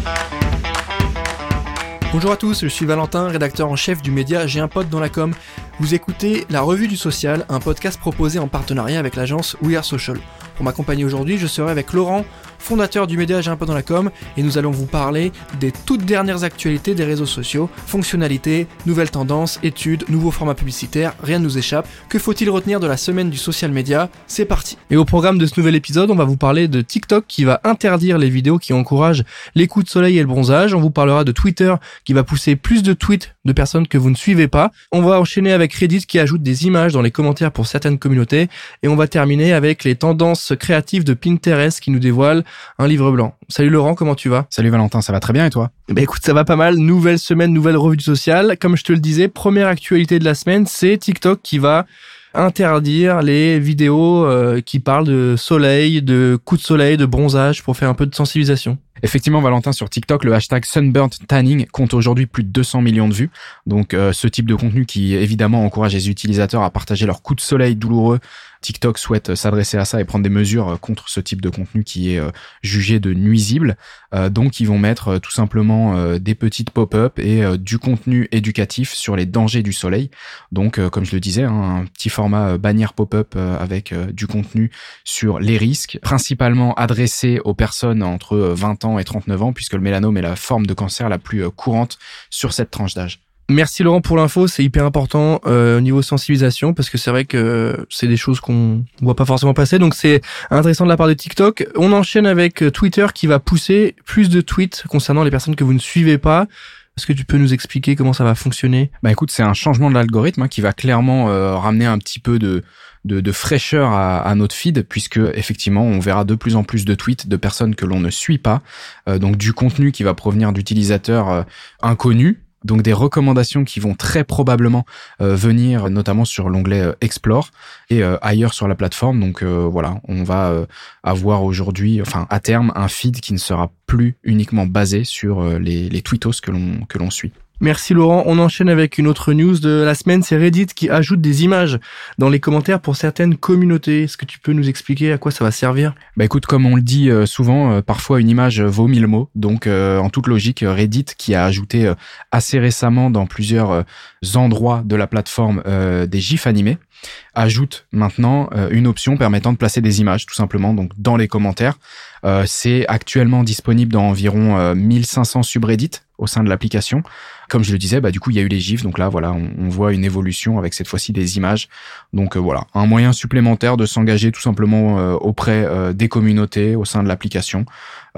Bonjour à tous, je suis Valentin, rédacteur en chef du média J'ai un pote dans la com. Vous écoutez La Revue du Social, un podcast proposé en partenariat avec l'agence We Are Social. Pour m'accompagner aujourd'hui, je serai avec Laurent, fondateur du média J'ai un pote dans la com, et nous allons vous parler des toutes dernières actualités des réseaux sociaux, fonctionnalités, nouvelles tendances, études, nouveaux formats publicitaires, rien ne nous échappe. Que faut-il retenir de la semaine du social media ? C'est parti. Et au programme de ce nouvel épisode, on va vous parler de TikTok qui va interdire les vidéos qui encouragent les coups de soleil et le bronzage. On vous parlera de Twitter qui va pousser plus de tweets de personnes que vous ne suivez pas. On va enchaîner avec Reddit qui ajoute des images dans les commentaires pour certaines communautés. Et on va terminer avec les tendances créatives de Pinterest qui nous dévoilent un livre blanc. Salut Laurent, comment tu vas ? Salut Valentin, ça va très bien et toi ? Écoute, ça va pas mal. Nouvelle semaine, nouvelle revue du social. Comme je te le disais, première actualité de la semaine, c'est TikTok qui va interdire les vidéos qui parlent de soleil, de coups de soleil, de bronzage pour faire un peu de sensibilisation. Effectivement, Valentin, sur TikTok, le hashtag Sunburnt Tanning compte aujourd'hui plus de 200 millions de vues. Donc, ce type de contenu qui, évidemment, encourage les utilisateurs à partager leurs coups de soleil douloureux. TikTok souhaite s'adresser à ça et prendre des mesures contre ce type de contenu qui est jugé de nuisible. Donc, ils vont mettre tout simplement des petites pop-up et du contenu éducatif sur les dangers du soleil. Donc, comme je le disais, un petit format bannière pop-up avec du contenu sur les risques, principalement adressé aux personnes entre 20 ans et 39 ans, puisque le mélanome est la forme de cancer la plus courante sur cette tranche d'âge. Merci Laurent pour l'info, c'est hyper important au niveau sensibilisation parce que c'est vrai que c'est des choses qu'on voit pas forcément passer, donc c'est intéressant de la part de TikTok. On enchaîne avec Twitter qui va pousser plus de tweets concernant les personnes que vous ne suivez pas. Est-ce que tu peux nous expliquer comment ça va fonctionner ? Écoute, c'est un changement de l'algorithme qui va clairement ramener un petit peu de fraîcheur à notre feed, puisque effectivement on verra de plus en plus de tweets de personnes que l'on ne suit pas, donc du contenu qui va provenir d'utilisateurs inconnus. Donc des recommandations qui vont très probablement venir notamment sur l'onglet Explore et ailleurs sur la plateforme. Donc voilà, on va avoir aujourd'hui, à terme, un feed qui ne sera plus uniquement basé sur les tweetos que l'on suit. Merci Laurent, on enchaîne avec une autre news de la semaine, c'est Reddit qui ajoute des images dans les commentaires pour certaines communautés. Est-ce que tu peux nous expliquer à quoi ça va servir ? Écoute, comme on le dit souvent, parfois une image vaut 1000 mots. Donc en toute logique, Reddit qui a ajouté assez récemment dans plusieurs endroits de la plateforme des gifs animés, ajoute maintenant une option permettant de placer des images tout simplement donc dans les commentaires. C'est actuellement disponible dans environ 1500 subreddits au sein de l'application. Comme je le disais, du coup, il y a eu les gifs. Donc là, voilà, on voit une évolution avec cette fois-ci des images. Donc voilà, un moyen supplémentaire de s'engager tout simplement auprès des communautés au sein de l'application.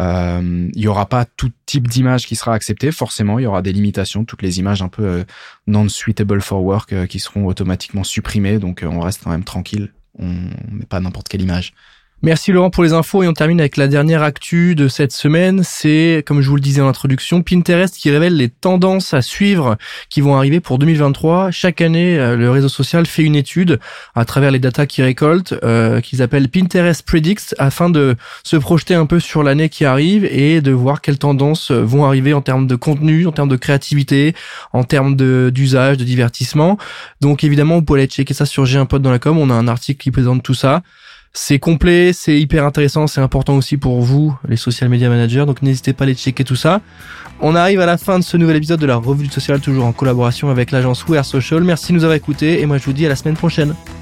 Il y aura pas tout type d'image qui sera accepté. Forcément, il y aura des limitations. Toutes les images un peu non-suitable for work qui seront automatiquement supprimées. Donc on reste quand même tranquille. On met pas n'importe quelle image. Merci Laurent pour les infos et on termine avec la dernière actu de cette semaine. C'est, comme je vous le disais en introduction, Pinterest qui révèle les tendances à suivre qui vont arriver pour 2023. Chaque année, le réseau social fait une étude à travers les datas qu'il récolte, qu'ils appellent Pinterest Predicts, afin de se projeter un peu sur l'année qui arrive et de voir quelles tendances vont arriver en termes de contenu, en termes de créativité, en termes d'usage, de divertissement. Donc évidemment, vous pouvez aller checker ça sur J'ai un pote dans la com. On a un article qui présente tout ça. C'est complet, c'est hyper intéressant, c'est important aussi pour vous, les social media managers, donc n'hésitez pas à aller checker tout ça. On arrive à la fin de ce nouvel épisode de la Revue du Social, toujours en collaboration avec l'agence We Are Social. Merci de nous avoir écoutés et moi je vous dis à la semaine prochaine.